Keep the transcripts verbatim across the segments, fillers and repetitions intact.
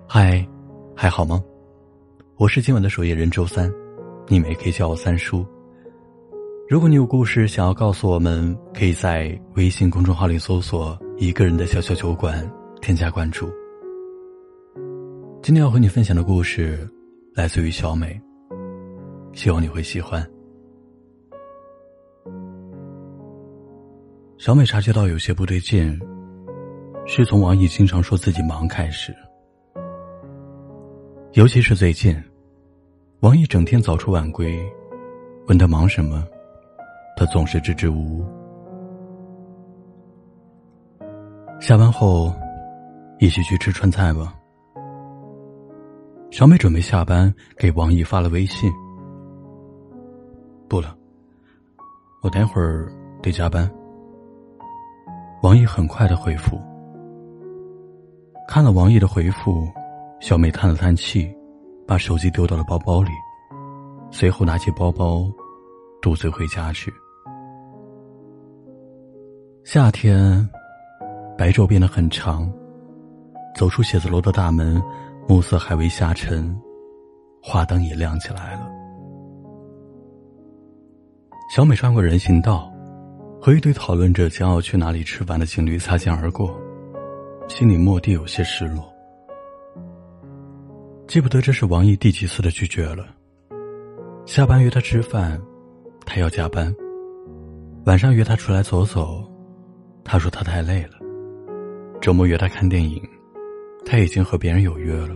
嗨，还好吗？我是今晚的守夜人周三，你们也可以叫我三叔。如果你有故事想要告诉我们，可以在微信公众号里搜索一个人的小小酒馆，添加关注。今天要和你分享的故事来自于小美，希望你会喜欢。小美察觉到有些不对劲，是从王毅经常说自己忙开始。尤其是最近，王毅整天早出晚归，问他忙什么，他总是支支吾吾。下班后一起去吃川菜吧。小美准备下班，给王毅发了微信。不了，我待会儿得加班。王毅很快的回复。看了王毅的回复，小美叹了叹气，把手机丢到了包包里，随后拿起包包独自回家去。夏天白昼变得很长，走出写字楼的大门，暮色还未下沉，花灯也亮起来了。小美穿过人行道，和一对讨论着将要去哪里吃饭的情侣擦肩而过，心里蓦地有些失落。记不得这是王毅第几次的拒绝了。下班约他吃饭，他要加班；晚上约他出来走走，他说他太累了；周末约他看电影，他已经和别人有约了。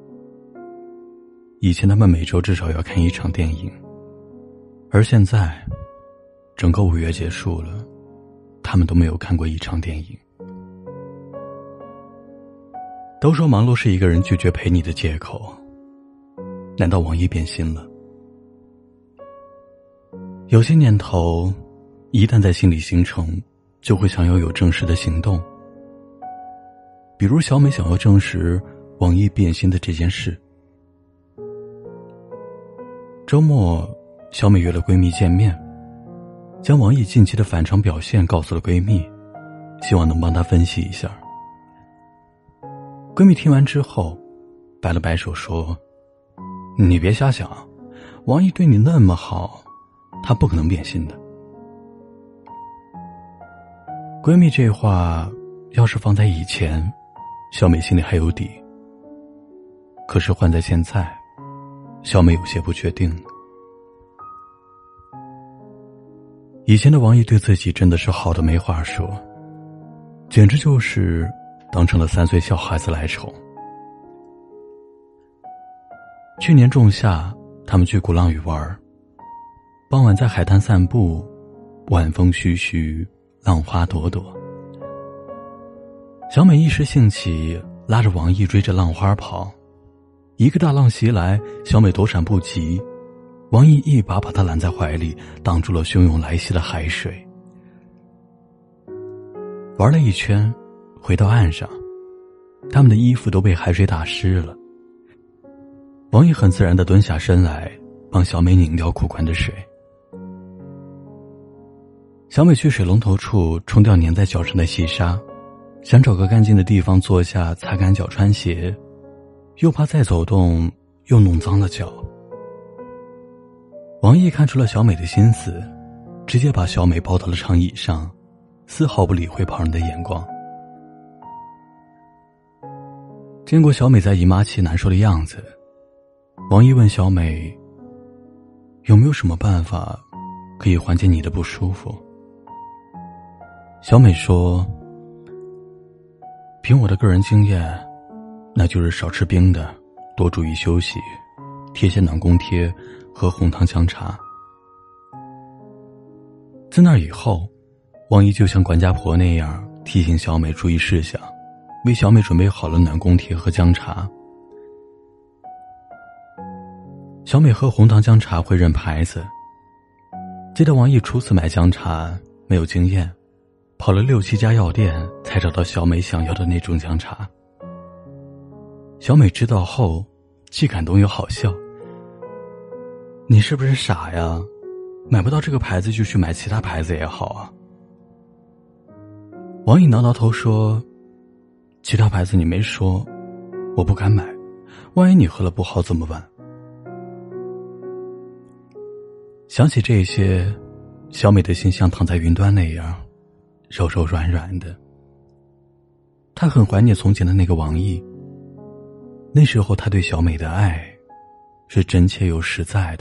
以前他们每周至少要看一场电影，而现在整个五月结束了，他们都没有看过一场电影。都说忙碌是一个人拒绝陪你的借口，难道王毅变心了？有些念头一旦在心里形成，就会想要有正式的行动。比如小美想要证实王毅变心的这件事。周末小美约了闺蜜见面，将王毅近期的反常表现告诉了闺蜜，希望能帮她分析一下。闺蜜听完之后摆了摆手说，你别瞎想，王毅对你那么好，他不可能变心的。闺蜜这话要是放在以前，小美心里还有底，可是换在现在，小美有些不确定了。以前的王毅对自己真的是好的没话说，简直就是当成了三岁小孩子来宠。去年仲夏，他们去鼓浪屿玩，傍晚在海滩散步，晚风徐徐，浪花朵朵。小美一时兴起，拉着王毅追着浪花跑，一个大浪袭来，小美躲闪不及，王毅一把把她揽在怀里，挡住了汹涌来袭的海水。玩了一圈，回到岸上，他们的衣服都被海水打湿了。王毅很自然地蹲下身来，帮小美拧掉裤宽的水。小美去水龙头处冲掉粘在脚上的细沙，想找个干净的地方坐下擦干脚穿鞋，又怕再走动又弄脏了脚。王毅看出了小美的心思，直接把小美抱到了长椅上，丝毫不理会旁人的眼光。见过小美在姨妈期难受的样子，王毅问小美，有没有什么办法可以缓解你的不舒服？小美说，凭我的个人经验，那就是少吃冰的，多注意休息，贴些暖宫贴，喝红糖姜茶。自那以后，王毅就像管家婆那样提醒小美注意事项，为小美准备好了暖宫贴和姜茶。小美喝红糖姜茶会认牌子，记得王毅初次买姜茶没有经验，跑了六七家药店才找到小美想要的那种姜茶。小美知道后既感动又好笑，你是不是傻呀？买不到这个牌子就去买其他牌子也好啊。王毅挠挠头说，其他牌子你没说，我不敢买。 万一你喝了不好怎么办？想起这些，小美的心像躺在云端那样柔柔软软的。她很怀念从前的那个王毅，那时候他对小美的爱是真切又实在的。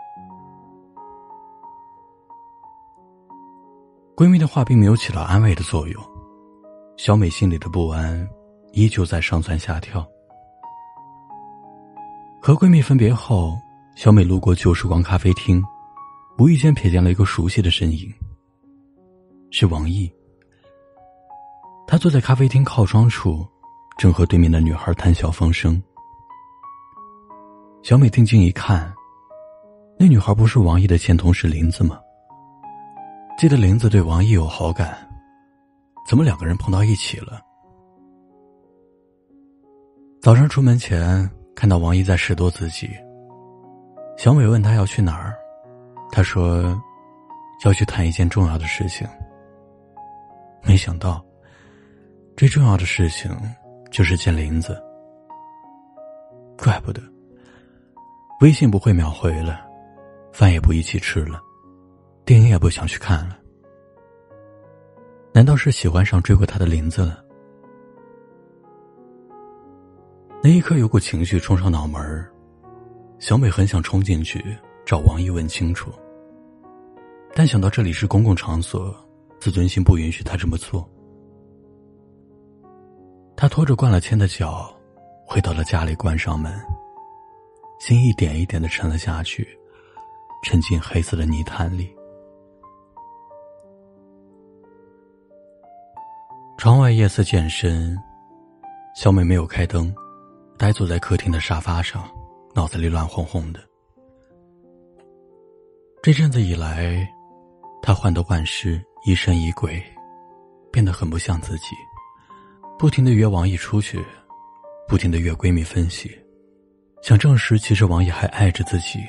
闺蜜的话并没有起到安慰的作用，小美心里的不安依旧在上蹿下跳。和闺蜜分别后，小美路过旧时光咖啡厅，无意间瞥见了一个熟悉的身影，是王毅。他坐在咖啡厅靠窗处，正和对面的女孩谈笑风生。小美定睛一看，那女孩不是王毅的前同事林子吗？记得林子对王毅有好感，怎么两个人碰到一起了？早上出门前看到王毅在拾掇自己，小美问他要去哪儿，他说要去谈一件重要的事情。没想到最重要的事情就是见林子，怪不得微信不会秒回了，饭也不一起吃了，电影也不想去看了。难道是喜欢上追过他的林子了？那一刻有股情绪冲上脑门，小美很想冲进去找王毅问清楚，但想到这里是公共场所，自尊心不允许她这么做。她拖着灌了铅的脚回到了家里，关上门，心一点一点地沉了下去，沉进黑色的泥潭里。窗外夜色渐深，小美没有开灯，呆坐在客厅的沙发上，脑子里乱哄哄的。这阵子以来，她患得患失，疑神疑鬼，变得很不像自己，不停地约王毅出去，不停地约闺蜜分析，想证实其实王毅还爱着自己。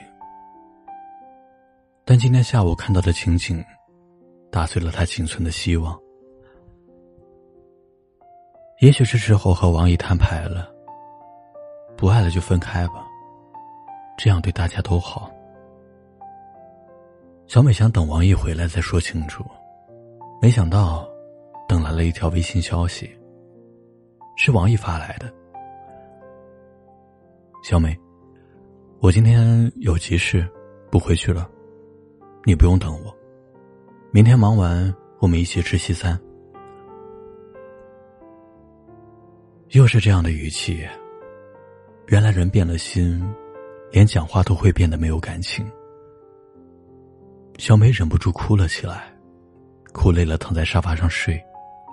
但今天下午看到的情景打碎了她仅存的希望。也许是之后和王毅摊牌了，不爱了就分开吧，这样对大家都好。小美想等王毅回来再说清楚，没想到等来了一条微信消息，是王毅发来的。小美，我今天有急事不回去了，你不用等我，明天忙完我们一起吃西餐。又是这样的语气，原来人变了心，连讲话都会变得没有感情。小美忍不住哭了起来，哭累了躺在沙发上睡。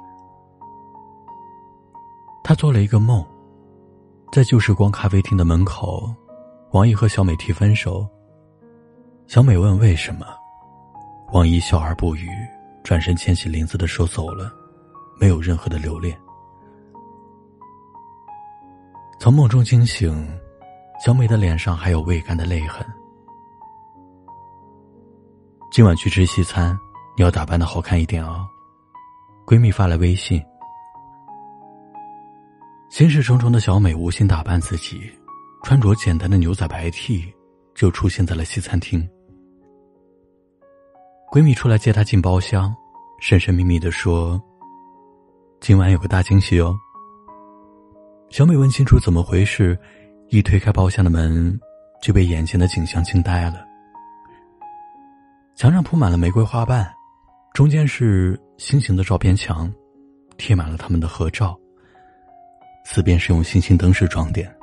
她做了一个梦，在旧时光咖啡厅的门口，王毅和小美提分手。小美问为什么，王毅笑而不语，转身牵起林子的手走了，没有任何的留恋。从梦中惊醒，小美的脸上还有未干的泪痕。今晚去吃西餐，你要打扮得好看一点哦。闺蜜发来微信。心事重重的小美无心打扮自己，穿着简单的牛仔白 T 就出现在了西餐厅。闺蜜出来接她进包厢，神神秘秘地说，今晚有个大惊喜哦。小美问清楚怎么回事，一推开包厢的门，就被眼前的景象惊呆了。墙上铺满了玫瑰花瓣，中间是心形的照片墙，贴满了他们的合照，四边是用星星灯饰装点。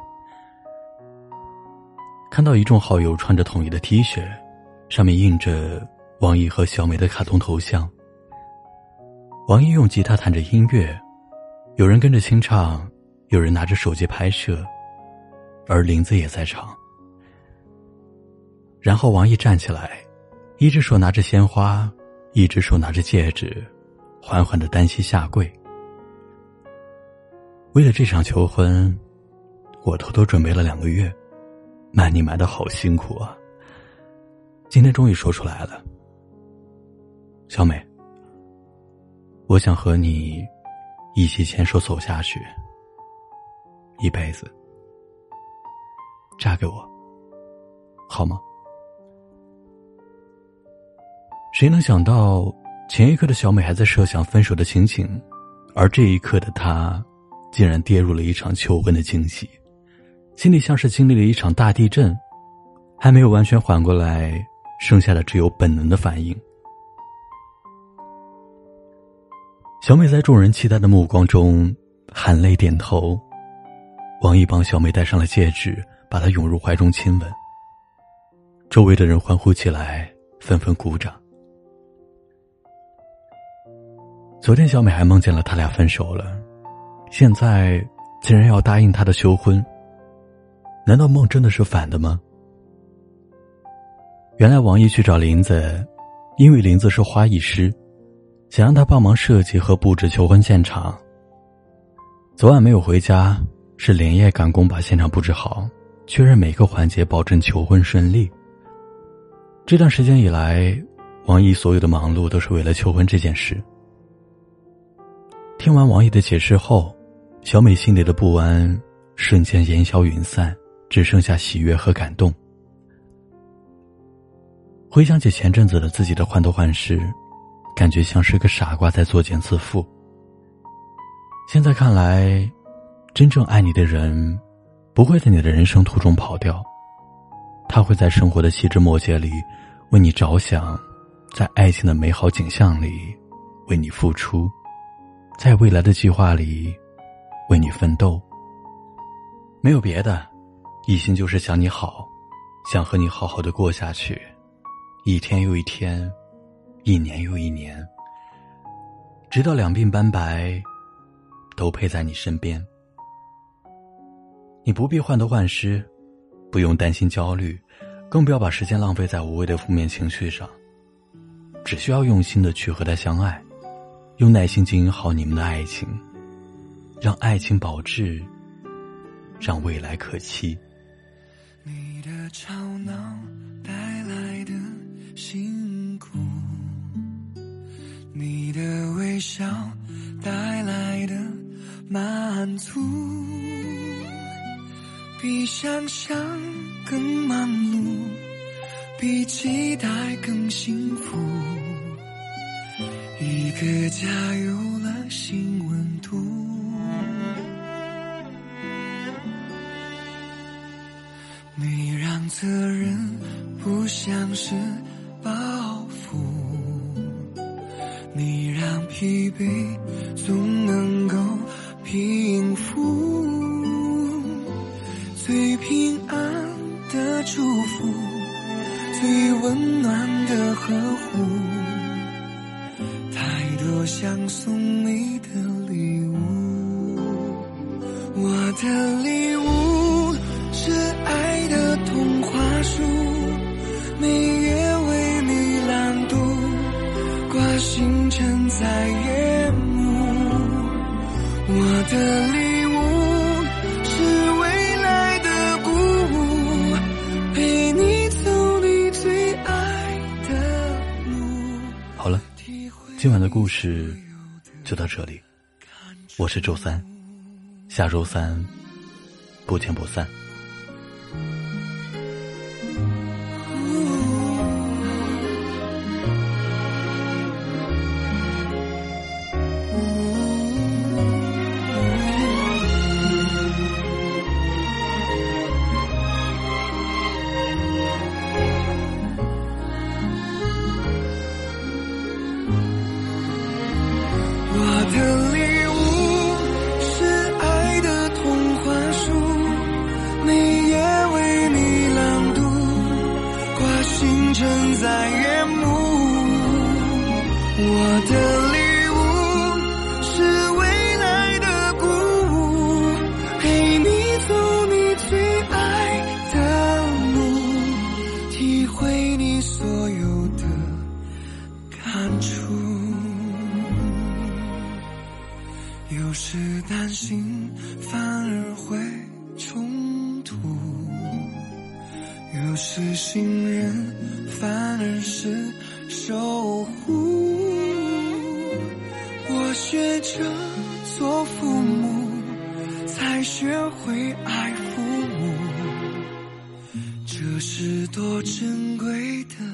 看到一众好友穿着统一的 T 恤，上面印着王毅和小美的卡通头像。王毅用吉他弹着音乐，有人跟着清唱，有人拿着手机拍摄，而林子也在场。然后王毅站起来，一只手拿着鲜花，一只手拿着戒指，缓缓地单膝下跪。为了这场求婚，我偷偷准备了两个月，瞒你瞒得好辛苦啊，今天终于说出来了。小美，我想和你一起牵手走下去，一辈子。 嫁给我，好吗？谁能想到前一刻的小美还在设想分手的情景，而这一刻的她竟然跌入了一场求婚的惊喜，心里像是经历了一场大地震，还没有完全缓过来，剩下的只有本能的反应。小美在众人期待的目光中含泪点头，王毅帮小美戴上了戒指，把她拥入怀中亲吻。周围的人欢呼起来，纷纷鼓掌。昨天小美还梦见了他俩分手了，现在竟然要答应他的求婚，难道梦真的是反的吗？原来王毅去找林子，因为林子是花艺师，想让他帮忙设计和布置求婚现场。昨晚没有回家，是连夜赶工把现场布置好，确认每个环节，保证求婚顺利。这段时间以来，王毅所有的忙碌都是为了求婚这件事。听完王毅的解释后，小美心里的不安瞬间烟消云散，只剩下喜悦和感动。回想起前阵子的自己的患得患失，感觉像是个傻瓜在作茧自缚。现在看来，真正爱你的人不会在你的人生途中跑掉，他会在生活的细枝末节里为你着想，在爱情的美好景象里为你付出，在未来的计划里为你奋斗。没有别的，一心就是想你好，想和你好好的过下去，一天又一天，一年又一年，直到两鬓斑白都陪在你身边。你不必患得患失，不用担心焦虑，更不要把时间浪费在无谓的负面情绪上，只需要用心的去和他相爱，用耐心经营好你们的爱情，让爱情保质，让未来可期。 你的吵闹带来的辛苦，你的微笑带来的满足，比想象更忙碌，比期待更幸福。一个家有了新温度，你让责任不像是包袱，你让疲惫总能够平复。最平安的祝福，最温暖的呵护，太多想送你的礼物。我的礼物是爱的童话书，每夜为你朗读，挂星辰在夜幕。我的礼物是未来的鼓舞，陪你走你最爱的路。 好了，今晚的故事就到这里，我是周三，下周三不见不散。 我的礼物是爱的童话书，每夜为你朗读，挂星辰在夜幕。我的礼物是未来的鼓舞，陪你走你最爱的路，体会你所有的感触。有时担心反而会冲突，有时信任反而是守护。我学着做父母，才学会爱父母。 是多珍贵的